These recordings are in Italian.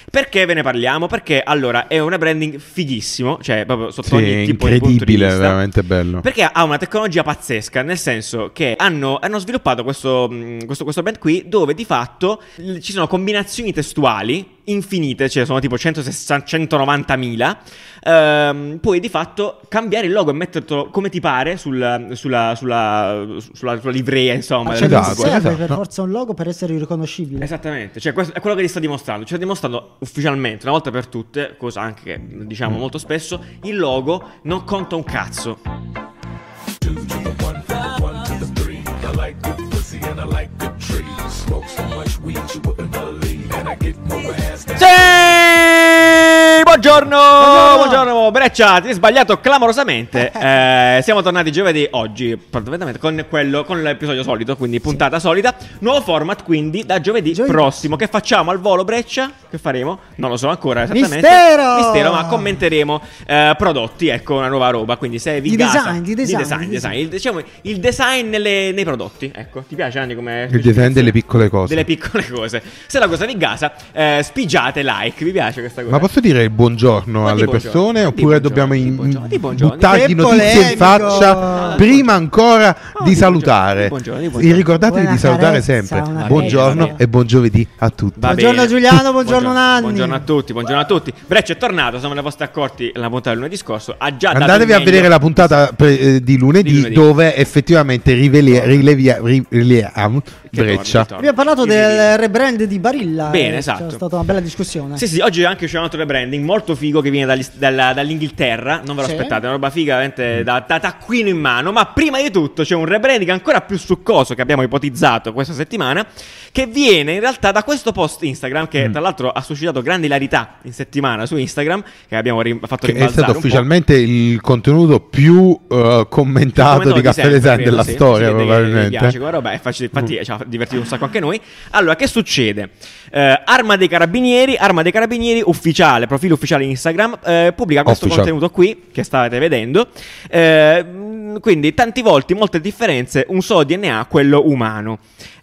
Perché ve ne parliamo? Perché allora è un rebranding fighissimo, cioè proprio sotto ogni tipo di punto di incredibile, vista, veramente bello. perché ha una tecnologia pazzesca, nel senso che hanno sviluppato questo brand qui, dove di fatto ci sono combinazioni testuali infinite, cioè sono tipo 190.000. Puoi di fatto cambiare il logo e metterlo come ti pare sulla livrea, insomma. Cioè non serve esatto, per no. forza un logo per essere riconoscibile. Esattamente, cioè questo è quello che ti sta dimostrando. Ci ha dimostrato ufficialmente, una volta per tutte, cosa anche che diciamo molto spesso, il logo non conta un cazzo. Sì! Buongiorno, Breccia, ti hai sbagliato clamorosamente. Siamo tornati giovedì oggi, praticamente con l'episodio solito, quindi puntata solita. Nuovo format, quindi da giovedì prossimo. Che facciamo al volo, Breccia? Che faremo? Non lo so ancora esattamente. Mistero, ma commenteremo prodotti, ecco, una nuova roba. Quindi se vi gasa di design. Diciamo il design nei prodotti. Ecco, ti piace Anni come Il design delle piccole cose. Delle piccole cose. Se la cosa vi gasa, spigiate like. Vi piace questa cosa? Ma posso dire il buongiorno alle persone oppure dobbiamo buttargli notizie in faccia prima ancora di salutare? Ricordatevi di salutare sempre. Buongiorno e buon giovedì a tutti. Buongiorno Giuliano, buongiorno Nanni. Buongiorno a tutti. Breccia è tornato, se non ve ne foste accorti la puntata del lunedì scorso. Ha già dato Andatevi a vedere la puntata di lunedì dove effettivamente riveliamo Breccia. Abbiamo parlato del rebrand di Barilla. Bene, esatto. C'è stata una bella discussione. Sì, oggi anche c'è un altro rebranding molto figo che viene dall'Inghilterra. Non ve lo aspettate, è una roba figa veramente da taccuino in mano. Ma prima di tutto c'è un rebranding ancora più succoso che abbiamo ipotizzato questa settimana, che viene in realtà da questo post Instagram, che tra l'altro ha suscitato grande ilarità in settimana su Instagram, che abbiamo fatto rimbalzare. È stato ufficialmente il contenuto più commentato di Caffè Design della storia, probabilmente. Mi piace quella roba, infatti ci ha divertito un sacco anche noi. Allora, che succede? Arma dei Carabinieri ufficiale, profilo ufficiale Instagram, pubblica questo contenuto qui che state vedendo. Quindi tanti volti, molte differenze, un solo DNA, quello umano.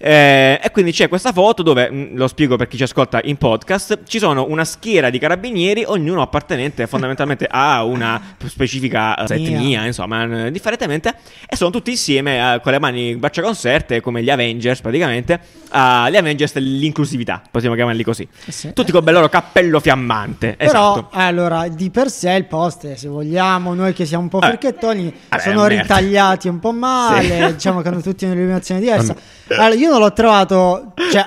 E quindi c'è questa foto dove, lo spiego per chi ci ascolta in podcast, ci sono una schiera di carabinieri, ognuno appartenente fondamentalmente a una specifica etnia, insomma, differentemente, e sono tutti insieme con le mani braccia conserte, come gli Avengers praticamente, gli Avengers dell'inclusività, possiamo chiamarli così. Sì. Tutti con il loro cappello fiammante. Però, esatto. Allora, di per sé il post, se vogliamo, noi che siamo un po' fricchettoni, sono merda. ritagliati un po' male, diciamo che hanno tutti un'illuminazione diversa. Allora, io non l'ho trovato, cioè,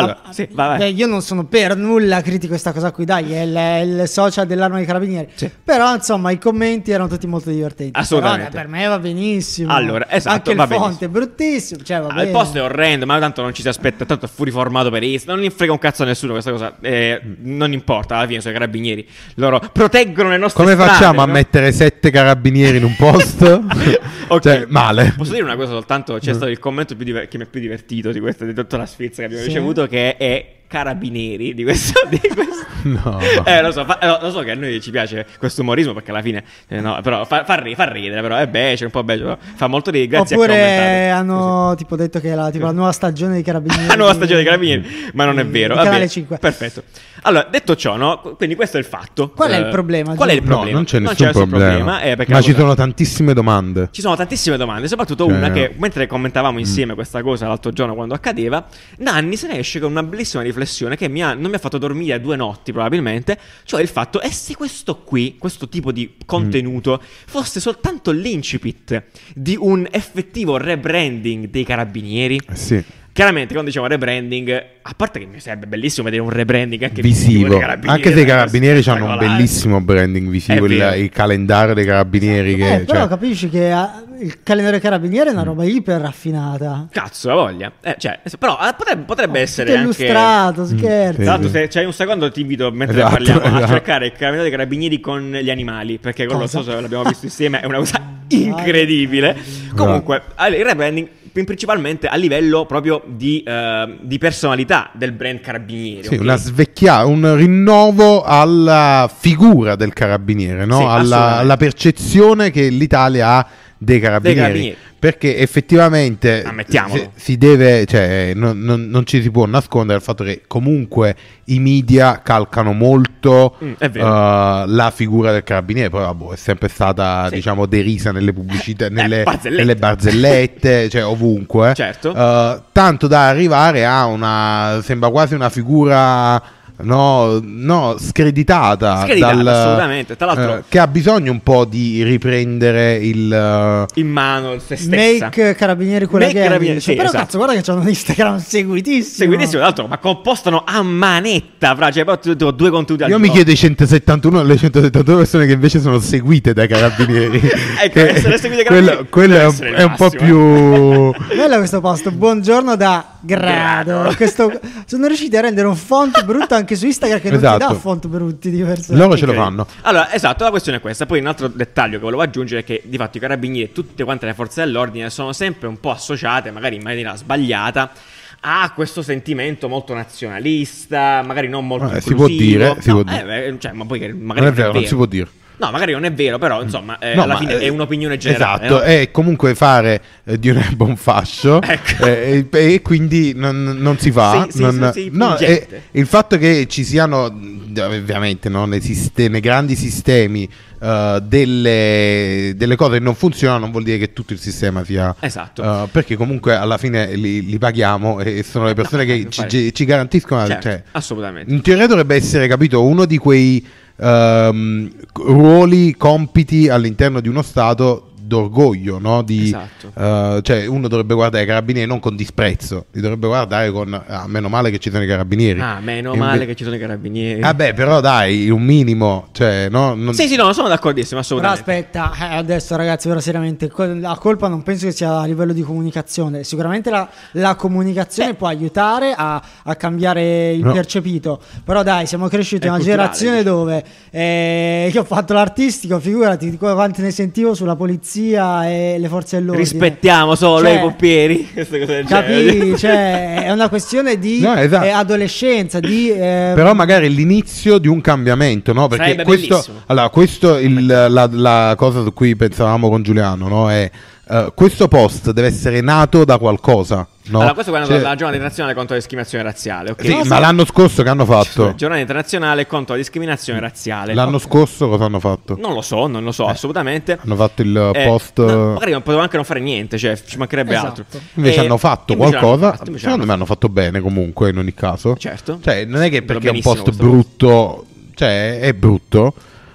vai. io non sono per nulla critico questa cosa qui, dai, è il social dell'Arma dei Carabinieri. Sì. Però, insomma, i commenti erano tutti molto divertenti. Assolutamente. Però, per me va benissimo. Allora, esatto, anche il va font benissimo. è bruttissimo, cioè, va bene. Il post è orrendo, ma tanto non ci si aspetta, tanto è fuori formato per Insta, non ne frega un cazzo a nessuno questa cosa, non importa, alla fine sono i carabinieri, loro proteggono le nostre Come strade, facciamo a no? mettere 7 carabinieri in un post? Ok. Cioè, male. Posso dire una cosa soltanto? C'è stato il commento che mi è più divertito di questa, di tutta la sfilza che abbiamo Sì. ricevuto, che è carabinieri di questo. No. Lo so che a noi ci piace questo umorismo, perché alla fine no, però fa ridere, però è becero, un po' becero, fa molto ridere. Grazie. Oppure hanno tipo detto che era tipo la nuova stagione dei Carabinieri. La nuova stagione dei Carabinieri, ma non è vero. Canale Vabbè, 5. Perfetto. Allora, detto ciò, no? Quindi questo è il fatto. Qual è il problema? Qual è il No, problema? non c'è nessun problema. perché Ma ci sono tantissime domande. ci sono tantissime domande, soprattutto una che, mentre commentavamo insieme questa cosa l'altro giorno quando accadeva, Nanni se ne esce con una bellissima riflessione che non mi ha fatto dormire 2 notti probabilmente, cioè il fatto, e se questo tipo di contenuto fosse soltanto l'incipit di un effettivo rebranding dei Carabinieri? Sì. Chiaramente quando diciamo rebranding, a parte che mi sarebbe bellissimo vedere un rebranding anche visivo, dei Carabinieri, anche se i Carabinieri hanno un spettacolare. bellissimo branding visivo, È vero. il calendario dei Carabinieri che, Però cioè, capisci che il calendario dei Carabinieri è una roba iper raffinata. Cazzo, la voglia. Però potrebbe essere Tutto anche illustrato, scherzo. Tra l'altro, se c'hai un secondo ti invito, mentre Esatto, parliamo, a esatto. cercare il calendario dei Carabinieri con gli animali, perché quello Cosa? so se l'abbiamo visto insieme, è una cosa incredibile. Comunque, il rebranding principalmente a livello proprio di personalità del brand Carabinieri. sì, ok? un rinnovo alla figura del carabiniere, no? Sì, assolutamente. alla percezione che l'Italia ha dei carabinieri. Perché effettivamente si deve, cioè, non ci si può nascondere il fatto che comunque i media calcano molto la figura del carabiniere. Poi è sempre stata diciamo derisa nelle pubblicità, nelle barzellette, cioè ovunque, certo. Tanto da arrivare a sembra quasi una figura screditata assolutamente. Tra l'altro che ha bisogno un po' di riprendere in mano se stessa. Make Carabinieri quella che è. Però esatto. Cazzo, guarda che c'hanno un Instagram seguitissimo, tra l'altro, ma compostano a manetta, cioè poi ho 2 contenuti al giorno. Io mi chiedo i 171 le 172 persone che invece sono seguite dai carabinieri. Ecco, essere seguite dai carabinieri quello è un po' più bello questo posto. Buongiorno da Grado. Sono riusciti a rendere un font brutto anche su Instagram, che non ti dà font brutti diversi. Loro ce lo fanno. Allora, esatto, la questione è questa. Poi un altro dettaglio che volevo aggiungere è che di fatto i carabinieri e tutte quante le forze dell'ordine sono sempre un po' associate, magari in maniera sbagliata, a questo sentimento molto nazionalista, magari non molto inclusivo. Si può dire. Cioè, ma poi magari non è vero, non si può dire. No, magari non è vero, però insomma, alla fine è un'opinione generale. Esatto, è comunque fare di un erba un fascio, ecco. E quindi non si fa. Il fatto che ci siano, ovviamente, nei grandi sistemi delle cose che non funzionano, non vuol dire che tutto il sistema sia. Esatto. Perché comunque alla fine li paghiamo e sono le persone che ci garantiscono. Certo, cioè, assolutamente. In teoria dovrebbe essere, capito, uno di quei ruoli, compiti all'interno di uno Stato d'orgoglio, no? Esatto. Cioè uno dovrebbe guardare i carabinieri non con disprezzo, li dovrebbe guardare con meno male che ci sono i carabinieri. Male che ci sono i carabinieri. Vabbè, però dai, un minimo, cioè, Sì, sono d'accordissimo, assolutamente. Però aspetta, adesso ragazzi, ora seriamente, la colpa non penso che sia a livello di comunicazione. Sicuramente la comunicazione può aiutare a cambiare il percepito. Però dai, siamo cresciuti in una generazione dove io ho fatto l'artistico, figurati quante ne sentivo sulla polizia e le forze dell'ordine. Rispettiamo solo i pompieri. Capì? Cioè, è una questione di adolescenza, però magari l'inizio di un cambiamento, no? Perché questo la cosa su cui pensavamo con Giuliano, no? È questo post deve essere nato da qualcosa. No? Allora, questo è la giornata internazionale contro la discriminazione razziale. Okay? Sì, ma l'anno scorso che hanno fatto? Giornata internazionale contro la discriminazione razziale. L'anno scorso cosa hanno fatto? Non lo so, assolutamente. Hanno fatto il post. Magari non potevano anche non fare niente, cioè ci mancherebbe altro. Invece hanno fatto qualcosa. Secondo me hanno fatto bene comunque in ogni caso. Certo. Cioè, non è che perché è un post brutto, cioè è brutto.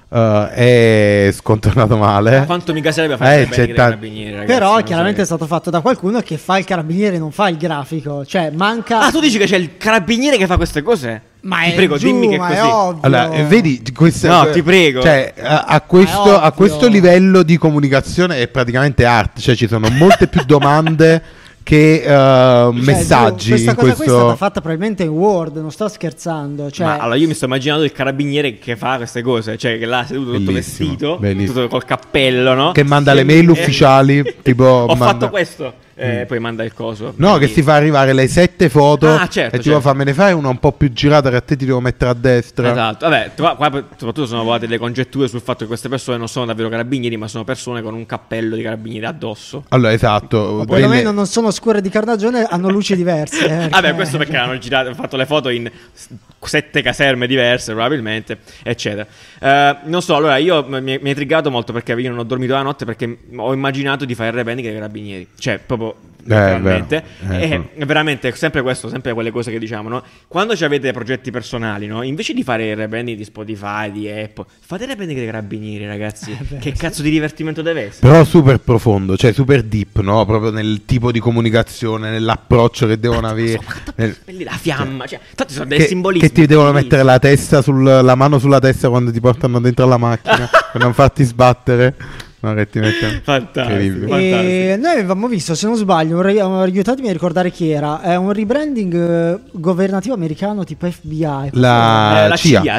È scontornato male. Ma quanto mi caserebbe fare i carabinieri, ragazzi? Però chiaramente è stato fatto da qualcuno che fa il carabiniere, non fa il grafico. Cioè manca. Ah, tu dici che c'è il carabiniere che fa queste cose? Ma ti prego, dimmi che è così. Allora, vedi, no, ti prego. Cioè, a questo livello di comunicazione è praticamente arte. Cioè, ci sono molte più domande che messaggi. Questa cosa qui è stata fatta probabilmente in Word, non sto scherzando. Cioè... Ma allora io mi sto immaginando il carabiniere che fa queste cose, cioè che là seduto tutto vestito, tutto col cappello, no? Che manda le mail ufficiali, tipo ho fatto questo. Poi manda il coso. No, che ti fa arrivare le 7 foto certo, e ti fa me ne fai una un po' più girata che a te ti devo mettere a destra. Esatto. Vabbè, qua soprattutto sono volate le congetture sul fatto che queste persone non sono davvero carabinieri, ma sono persone con un cappello di carabinieri addosso. Allora, esatto. Perlomeno non sono scure di carnagione, hanno luci diverse. Vabbè, questo perché hanno fatto le foto in 7 caserme diverse, probabilmente, eccetera. Non so, allora io mi è triggato molto perché io non ho dormito la notte perché ho immaginato di fare il rebranding dei carabinieri. Cioè, proprio veramente è veramente sempre questo, sempre quelle cose che diciamo, no? Quando ci avete progetti personali, no? Invece di fare il rebranding di Spotify, di Apple, fate il rebranding dei carabinieri, ragazzi. Che cazzo di divertimento deve essere? Però super profondo, cioè super deep, no? Proprio nel tipo di comunicazione, nell'approccio che devono avere, la fiamma, cioè tanti sono dei simbolismi che ti devono mettere la mano sulla testa quando ti portano dentro alla macchina per non farti sbattere. No, che ti fantastico. E noi avevamo visto, se non sbaglio, aiutatemi a ricordare chi era. È un rebranding governativo americano tipo FBI. La CIA.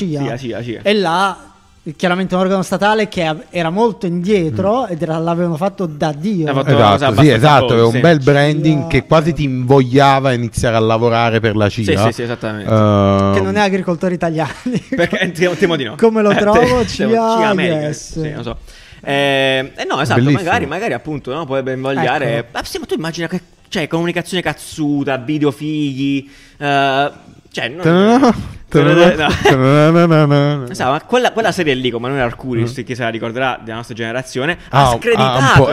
E là chiaramente un organo statale che era molto indietro ed l'avevano fatto da Dio. Esatto, è un bel branding che quasi ti invogliava a iniziare a lavorare per la CIA. Sì, esattamente. Che non è agricoltori italiani. Perché temo di no. Come lo trovo? CIA America. Sì, non so. No, esatto, magari appunto, no, potrebbe invogliare. Ecco. Ma tu immagina che c'è comunicazione cazzuta, video fighi, ma quella serie lì, come Emanuele Arcuri, chi se la ricorderà della nostra generazione, ha screditato,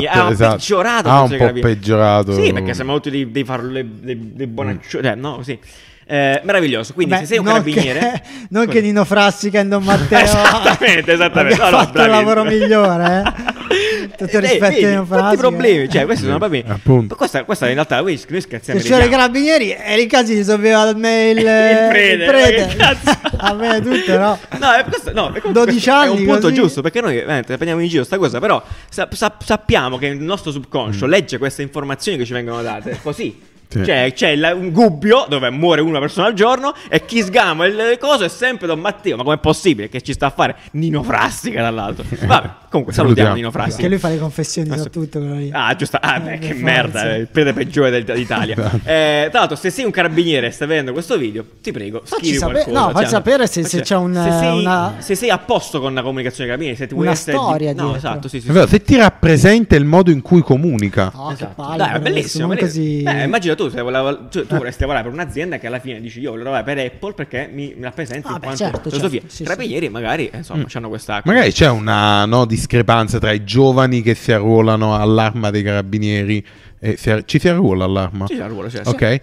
un po' peggiorato. Sì, perché siamo tutti dei buonaccioni, no, sì. Meraviglioso. Quindi se sei un carabiniere, non che Nino Frassica e Don Matteo esattamente ha fatto il lavoro migliore, tutto rispetto a Nino Frassica, tutti i problemi, cioè questi sono proprio questa in realtà noi scherziamo, se c'era i carabinieri e i casi sapeva il prete. A me tutto, no? No, 12 anni è un punto così. Giusto, perché noi prendiamo in giro sta cosa, però sappiamo che il nostro subconscio legge queste informazioni che ci vengono date così. Sì. Cioè c'è un Gubbio dove muore una persona al giorno e chi sgama il coso è sempre Don Matteo. Ma com'è possibile che ci sta a fare Nino Frassica dall'altro? Vabbè, comunque salutiamo Nino Frassica, che lui fa le confessioni su tutto lì. Giusto. Che merda, il prete peggiore d'Italia. Tra l'altro, se sei un carabiniere e stai vedendo questo video, ti prego, scrivi qualcosa. Fai sapere se c'è se sei a posto con la comunicazione carabinieri, se ti vuoi storia esatto, sì. Se ti rappresenta il modo in cui comunica. Esatto. Dai, è bellissimo. Immagina tu vorresti lavorare per un'azienda che alla fine dici io voglio lavorare per Apple perché mi rappresenti in quanto filosofia. Carabinieri magari insomma hanno questa. Magari c'è una discrepanza tra i giovani che si arruolano all'Arma dei Carabinieri. Ci si arruola all'Arma? Ci si arruola, certo. Ok.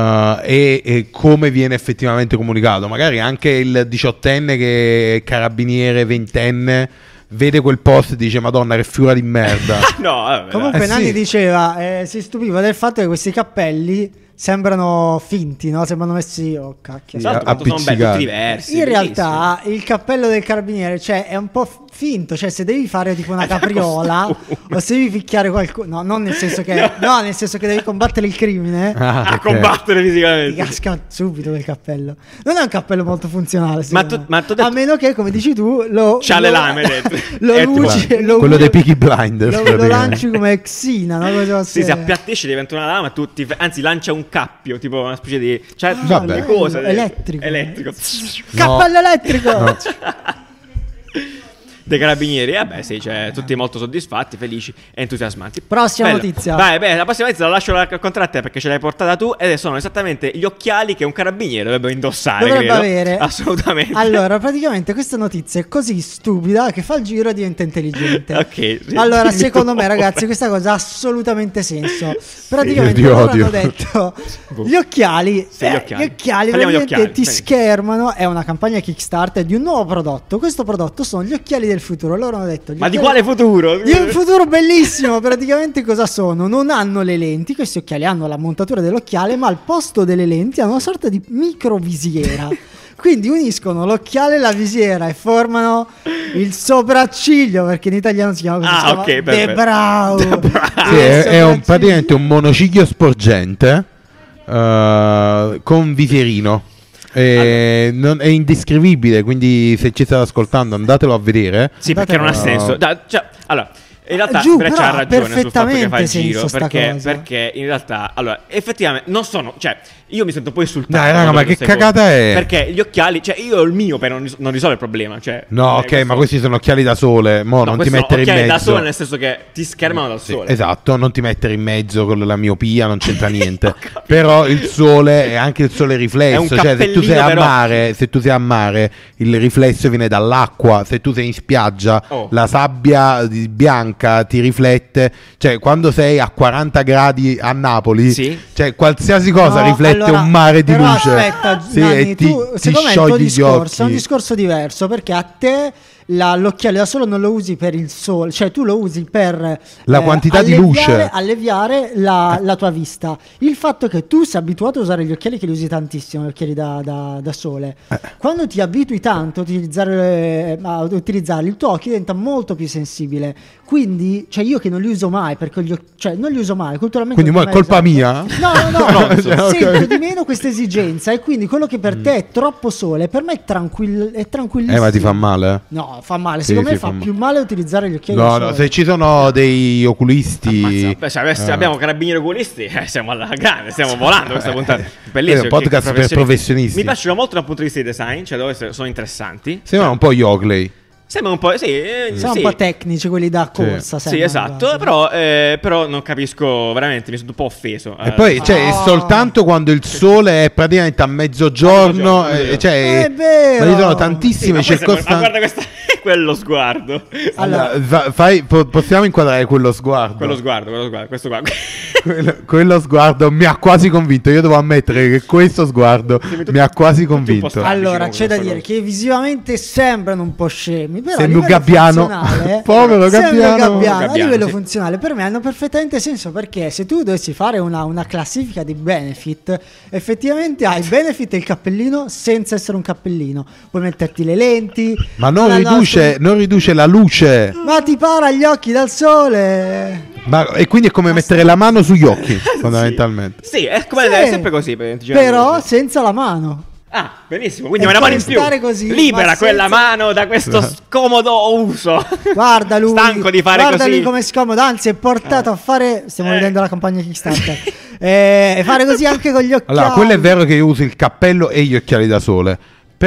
E come viene effettivamente comunicato? Magari anche il 18enne che è carabiniere, 20enne, vede quel post e dice Madonna che figura di merda. No, vabbè, comunque Nanni diceva si stupiva del fatto che questi cappelli sembrano finti, no? Sembrano messi cacchio. Sono belli, diversi. In realtà il cappello del carabiniere, cioè, è un po' finto, cioè se devi fare tipo una capriola o se devi picchiare qualcuno, no, nel senso che nel senso che devi combattere il crimine, combattere fisicamente. Ti casca subito quel cappello. Non è un cappello molto funzionale, a meno che, come dici tu, c'ha le lame dentro. Quello dei Peaky Blinders, lo lanci come Xina, no? Si appiattisce, diventa una lama, anzi lancia un cappio, tipo una specie di le cose elettrico. Cappello elettrico. Dei carabinieri, sì, cioè, tutti molto soddisfatti, felici e entusiasmanti. Prossima notizia. Vai, la prossima notizia la lascio raccontare a te perché ce l'hai portata tu ed sono esattamente gli occhiali che un carabiniere dovrebbe indossare. Dovrebbe avere. Assolutamente. Allora, praticamente questa notizia è così stupida che fa il giro e diventa intelligente. Ok. Sì. Allora, secondo me, ragazzi, questa cosa ha assolutamente senso. Praticamente loro hanno detto gli occhiali praticamente ti schermano. È una campagna Kickstarter di un nuovo prodotto. Questo prodotto sono gli occhiali del futuro. Loro hanno detto ma di quale futuro? Di un futuro bellissimo. Praticamente cosa sono? Non hanno le lenti. Questi occhiali hanno la montatura dell'occhiale, ma al posto delle lenti hanno una sorta di microvisiera. Quindi uniscono l'occhiale e la visiera e formano il sopracciglio, perché in italiano si chiama così. The Brow. Sì, è praticamente un monociglio sporgente con visierino. È indescrivibile, quindi se ci state ascoltando andatelo a vedere. Sì, perché non ha senso. Allora, in realtà Breccia ha ragione sul fatto che fa il giro, perché in realtà, allora, effettivamente non sono, cioè, io mi sento un po' insultato. Dai, raga, ma che cagata è? Perché gli occhiali, cioè, io ho il mio per non risolve il problema, cioè. No, ok, ma questi sono occhiali da sole, non ti mettere in mezzo. Occhiali da sole nel senso che ti schermano dal sole. Esatto, non ti mettere in mezzo con la miopia, non c'entra niente. Però il sole è anche il sole riflesso, cioè se tu sei a mare, il riflesso viene dall'acqua, se tu sei in spiaggia, la sabbia bianca ti riflette, cioè quando sei a 40 gradi a Napoli, cioè qualsiasi cosa riflette un mare di luce. Aspetta, Nanni, secondo me il tuo discorso è un discorso diverso, perché a te l'occhiale da sole non lo usi per il sole, cioè tu lo usi per la quantità di luce, alleviare la tua vista. Il fatto che tu sei abituato a usare gli occhiali, che li usi tantissimo, gli occhiali da sole, quando ti abitui tanto a utilizzarli, il tuo occhio diventa molto più sensibile. Quindi, cioè, io che non li uso mai, perché non li uso mai culturalmente. Quindi è colpa mia? No, sento di meno questa esigenza, e quindi quello che per te è troppo sole, per me è tranquillissimo. Ma ti fa male? No, fa male. Secondo me fa più male utilizzare gli occhiali. No, se ci sono dei oculisti. Se abbiamo carabinieri oculisti, siamo alla grande, stiamo volando questa puntata. Bellissimo. È un podcast per professionisti. Mi piacciono molto dal punto di vista di design, cioè dove sono interessanti. Sembrano un po' gli Oakley. Sembra un po', sono un po' tecnici quelli da corsa. Sì, esatto. Però non capisco veramente, mi sono un po' offeso. E poi è soltanto quando il sole è praticamente a mezzogiorno. È vero. Ma ci sono tantissime circostanze. Ma guarda quello sguardo. Allora, possiamo inquadrare quello sguardo? Questo qua. Quello sguardo mi ha quasi convinto. Io devo ammettere che questo sguardo mi ha quasi convinto. Allora, c'è da dire che visivamente sembrano un po' scemi, però sembra un gabbiano. Povero gabbiano. A livello funzionale per me hanno perfettamente senso, perché se tu dovessi fare una classifica di benefit, effettivamente hai il benefit e il cappellino senza essere un cappellino. Puoi metterti le lenti, ma non riduce la luce, ma ti para gli occhi dal sole. E quindi è come mettere la mano sugli occhi, fondamentalmente. Sì, è sempre così. Però senza la mano. Ah, benissimo, quindi una mano in più. Così, libera quella mano da questo scomodo uso. Guarda lui, stanco di fare guarda così. Lui come scomodo, anzi è portato a fare, stiamo vedendo la campagna Kickstarter, fare così anche con gli occhiali. Allora, quello è vero che io uso il cappello e gli occhiali da sole,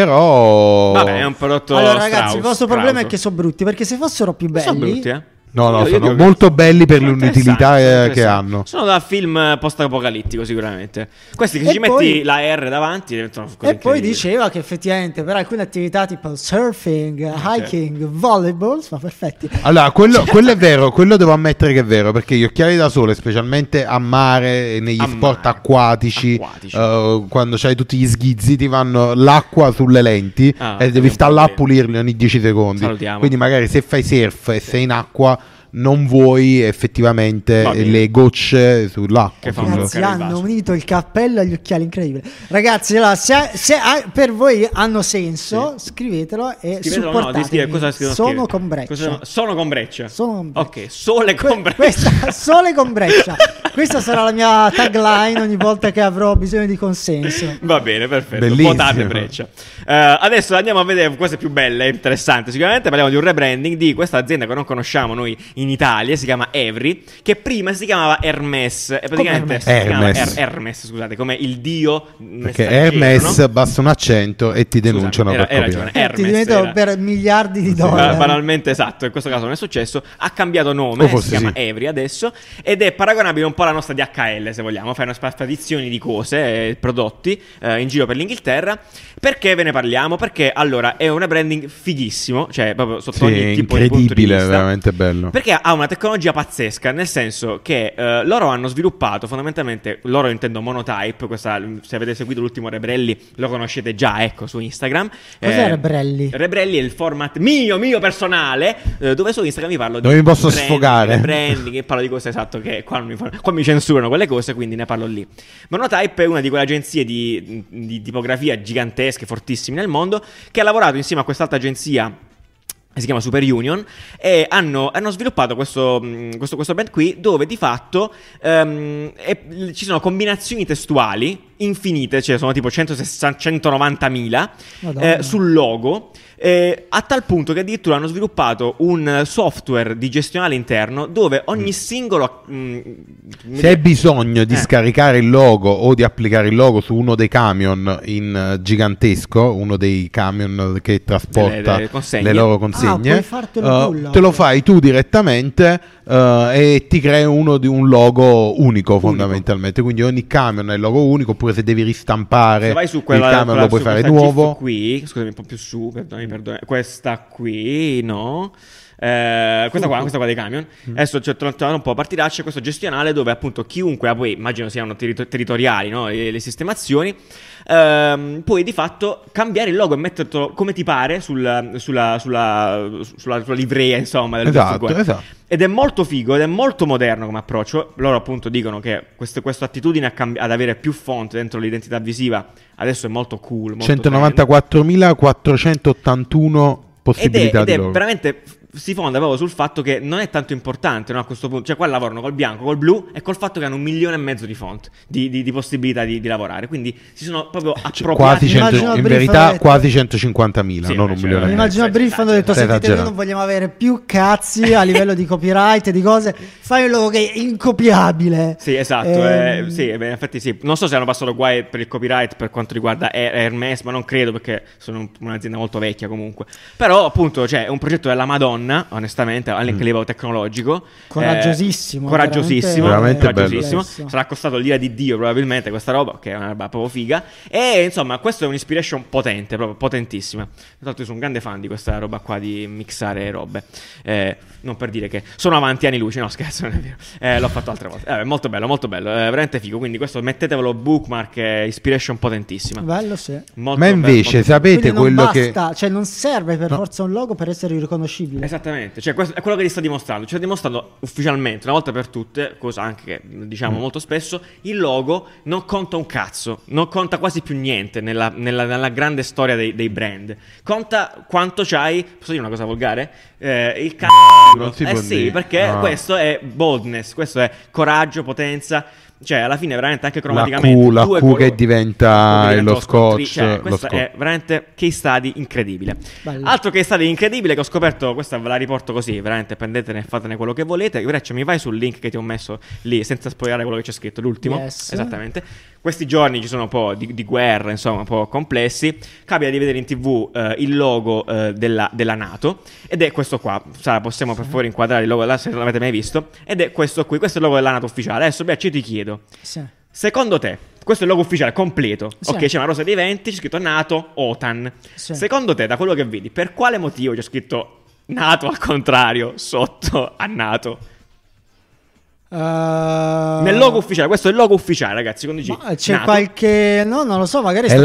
però vabbè, è un prodotto. Allora ragazzi, il vostro problema è che sono brutti, perché se fossero più belli. Sono brutti, No, sono molto belli per l'utilità che hanno. Sono da film post-apocalittico sicuramente. Questi che ci metti la R davanti diventano così. E poi diceva che effettivamente per alcune attività tipo surfing, hiking, volleyball sono perfetti. Allora, quello è vero, quello devo ammettere che è vero, perché gli occhiali da sole, specialmente a mare, negli sport acquatici. Quando c'hai tutti gli sghizzi, ti vanno l'acqua sulle lenti e devi stare là a pulirli ogni 10 secondi. Salutiamo. Quindi magari se fai surf e sei in acqua non vuoi effettivamente le gocce sull'acqua. Ragazzi, hanno unito il cappello agli occhiali, incredibile. Ragazzi, allora, se per voi hanno senso, scrivetelo e supportatemi. Sono con Breccia. Sono con Breccia. Ok, sole con Breccia. Sole con Breccia. Questa sarà la mia tagline ogni volta che avrò bisogno di consenso. Va bene, perfetto. Bellissimo. Votate Breccia. Adesso andiamo a vedere cose più belle e interessanti. Sicuramente parliamo di un rebranding di questa azienda che non conosciamo noi in Italia, si chiama Evry, che prima si chiamava Hermes, e praticamente Hermes, scusate, come il dio. Perché Hermes, no? Basta un accento e ti denunciano per copiare. Ti diventano per miliardi di dollari. Banalmente, esatto, in questo caso non è successo. Ha cambiato nome, si chiama Evry adesso, ed è paragonabile un po' alla nostra DHL, se vogliamo. Fai una spedizione di cose, prodotti in giro per l'Inghilterra. Perché ve ne parliamo? Perché allora è un branding fighissimo, cioè proprio sotto ogni tipo di punto di vista, veramente bello. Perché ha una tecnologia pazzesca, nel senso che loro hanno sviluppato fondamentalmente, loro intendo Monotype, se avete seguito l'ultimo Rebrelli lo conoscete già, ecco, su Instagram. Cos'è Rebrelli? Rebrelli è il format mio personale, dove su Instagram vi parlo dove mi posso sfogare, branding, e parlo di cose, esatto, che qua mi censurano quelle cose, quindi ne parlo lì. Monotype è una di quelle agenzie di tipografia gigantesche, fortissime nel mondo, che ha lavorato insieme a quest'altra agenzia, si chiama Super Union, e hanno sviluppato questo brand qui, dove di fatto ci sono combinazioni testuali infinite, cioè sono tipo 190.000 sul logo, a tal punto che addirittura hanno sviluppato un software di gestionale interno dove ogni singolo se hai bisogno di scaricare il logo o di applicare il logo su uno dei camion in gigantesco, uno dei camion che trasporta le loro consegne, te lo fai tu direttamente e ti crea un logo unico fondamentalmente. Quindi ogni camion ha il logo unico, oppure se devi ristampare se vai su il camion lo puoi fare nuovo. Qui, scusami, un po' più su, perdoni, questa qui, no? Questa qua dei camion. Adesso c'è un po' partiraccia, questo gestionale dove appunto chiunque, poi immagino siano territoriali, no? Le sistemazioni, puoi di fatto cambiare il logo e metterlo come ti pare sulla livrea, insomma, del esatto. Ed è molto figo ed è molto moderno come approccio. Loro appunto dicono che questa attitudine ad avere più font dentro l'identità visiva adesso è molto cool, molto 194.481 possibilità ed è di logo. Veramente si fonda proprio sul fatto che non è tanto importante, no, a questo punto. Cioè qua lavorano col bianco, col blu e col fatto che hanno 1,5 milioni di font di possibilità di lavorare, quindi si sono proprio appropriati. In verità quasi 150.000, sì, non 1 milione. Mi immagino a brief hanno detto: sentite, noi non vogliamo avere più cazzi a livello di copyright e di cose, fai un logo che è incopiabile. Sì, esatto, sì, infatti sì. Non so se hanno passato guai per il copyright per quanto riguarda Hermès, ma non credo, perché sono un'azienda molto vecchia comunque. Però appunto, cioè, è un progetto della Madonna, onestamente, anche a livello tecnologico. Coraggiosissimo. Veramente coraggiosissimo. Sarà costato l'ira di Dio probabilmente questa roba, che è una roba proprio figa. E insomma, questo è un'inspiration potente, proprio potentissima. Tra l'altro io sono un grande fan di questa roba qua, di mixare robe. Non per dire che sono avanti anni luce, no scherzo, non è vero. L'ho fatto altre volte. Molto bello, veramente figo. Quindi questo mettetevelo bookmark, è inspiration potentissima. Bello, sì. Ma invece bello, sapete quello basta, che... Cioè non serve per forza un logo per essere riconoscibile. Esattamente, cioè questo è quello che ti sto dimostrando. Ci ho dimostrato ufficialmente, una volta per tutte, cosa anche che diciamo molto spesso, il logo non conta un cazzo, non conta quasi più niente nella grande storia dei brand. Conta quanto c'hai, posso dire una cosa volgare? Il cazzo. Sì, perché questo è boldness, questo è coraggio, potenza. Cioè alla fine veramente anche cromaticamente la Q che diventa lo scotch, cioè, questo è veramente case study incredibile. Bello. Altro case study incredibile che ho scoperto, questa ve la riporto così, veramente prendetene e fatene quello che volete. Breccia, mi vai sul link che ti ho messo lì senza spoilerare quello che c'è scritto, l'ultimo. Yes. Esattamente. Questi giorni ci sono un po' di guerra, insomma, un po' complessi. Capita di vedere in TV il logo della NATO, ed è questo qua. Possiamo per favore inquadrare il logo là, se non l'avete mai visto. Ed è questo qui, questo è il logo della NATO ufficiale. Adesso Breccia, ti chiedo, secondo te, questo è il logo ufficiale completo, ok, c'è una rosa dei venti, c'è scritto NATO, OTAN. Secondo te, da quello che vedi, per quale motivo c'è scritto NATO al contrario sotto a NATO? Nel logo ufficiale, questo è il logo ufficiale, ragazzi. C'è NATO. Qualche, no, non lo so, magari è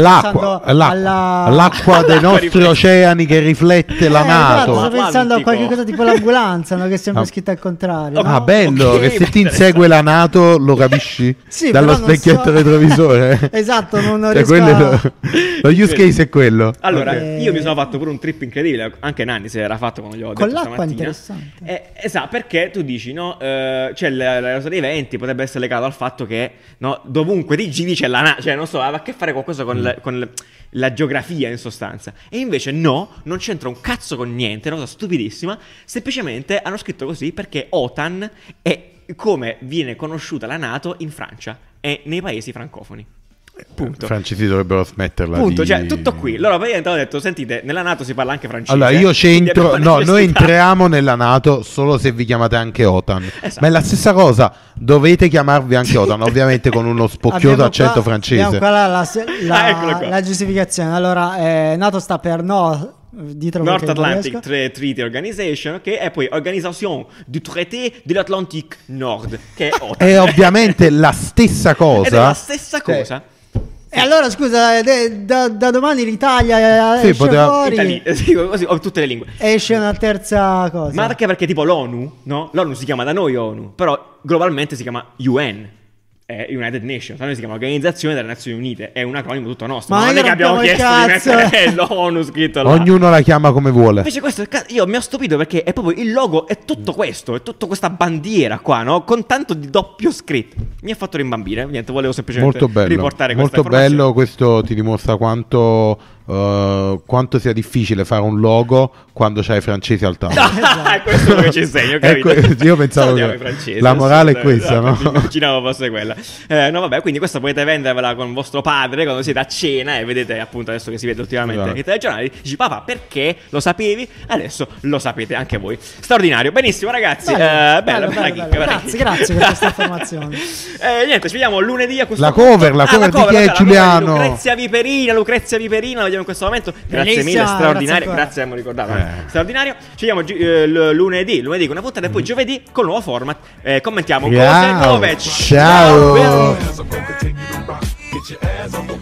l'acqua dei nostri oceani che riflette la NATO. Sto pensando a qualche cosa tipo l'ambulanza, no? Che è sempre scritto al contrario. Ah, no? Bello, okay, che se ti insegue la NATO lo capisci sì, dallo specchietto retrovisore. Esatto, non cioè, riesco lo use case è quello. Allora, io mi sono fatto pure un trip incredibile. Anche Nanni se l'era fatto quando gli ho detto con l'acqua stamattina. Interessante. Esatto, perché tu dici, no? C'è la rosa dei venti, potrebbe essere legato al fatto che, no, dovunque ti giri c'è la NATO, cioè non so, ha a che fare qualcosa con la geografia in sostanza. E invece no, non c'entra un cazzo con niente, è una cosa stupidissima. Semplicemente hanno scritto così perché OTAN è come viene conosciuta la NATO in Francia e nei paesi francofoni. Punto. I francesi dovrebbero smetterla. Punto, cioè tutto qui. Loro praticamente hanno detto: sentite, nella NATO si parla anche francese. Allora io c'entro. No, noi entriamo nella NATO solo se vi chiamate anche OTAN. Esatto. Ma è la stessa cosa. Dovete chiamarvi anche OTAN, ovviamente con uno spocchioso accento francese. Abbiamo qua la giustificazione. Allora, NATO sta per no. North Atlantic Treaty Organization, ok? E poi Organisation du Traité de l'Atlantique Nord, che è OTAN. È ovviamente la stessa cosa. Ed è la stessa cosa. E allora scusa, da domani l'Italia esce fuori così, ho tutte le lingue. Esce una terza cosa. Ma perché tipo l'ONU, no? L'ONU si chiama da noi ONU, però globalmente si chiama UN. United Nations, noi si chiama Organizzazione delle Nazioni Unite, è un acronimo tutto nostro. Ma non è che abbiamo chiesto di mettere l'ONU scritto là. Ognuno la chiama come vuole. Invece questo io mi ho stupito perché è proprio il logo, è tutto questo, è tutta questa bandiera qua, no? Con tanto di doppio scritto. Mi ha fatto rimbambire, niente, volevo semplicemente riportare questa molto bello, questo ti dimostra quanto sia difficile fare un logo quando c'hai i francesi al tavolo. Questo è quello che ci insegno, capito? Io pensavo che francesi, la morale è questa, no? Immaginavo fosse quella. No, vabbè, quindi questa potete vendervela con vostro padre quando siete a cena e vedete, appunto, adesso che si vede ultimamente nei telegiornali, dici: papà, perché lo sapevi? Adesso lo sapete anche voi. Straordinario. Benissimo, ragazzi. Bello. Grazie per questa informazione. Niente, ci vediamo lunedì a questo la cover di chi è Giuliano? Lucrezia Viperina, la vediamo in questo momento. Grazie mille, straordinario. Grazie, abbiamo ricordato. Straordinario. Ci vediamo lunedì con una puntata e poi giovedì con un nuovo format. Commentiamo cose nuove. Ciao.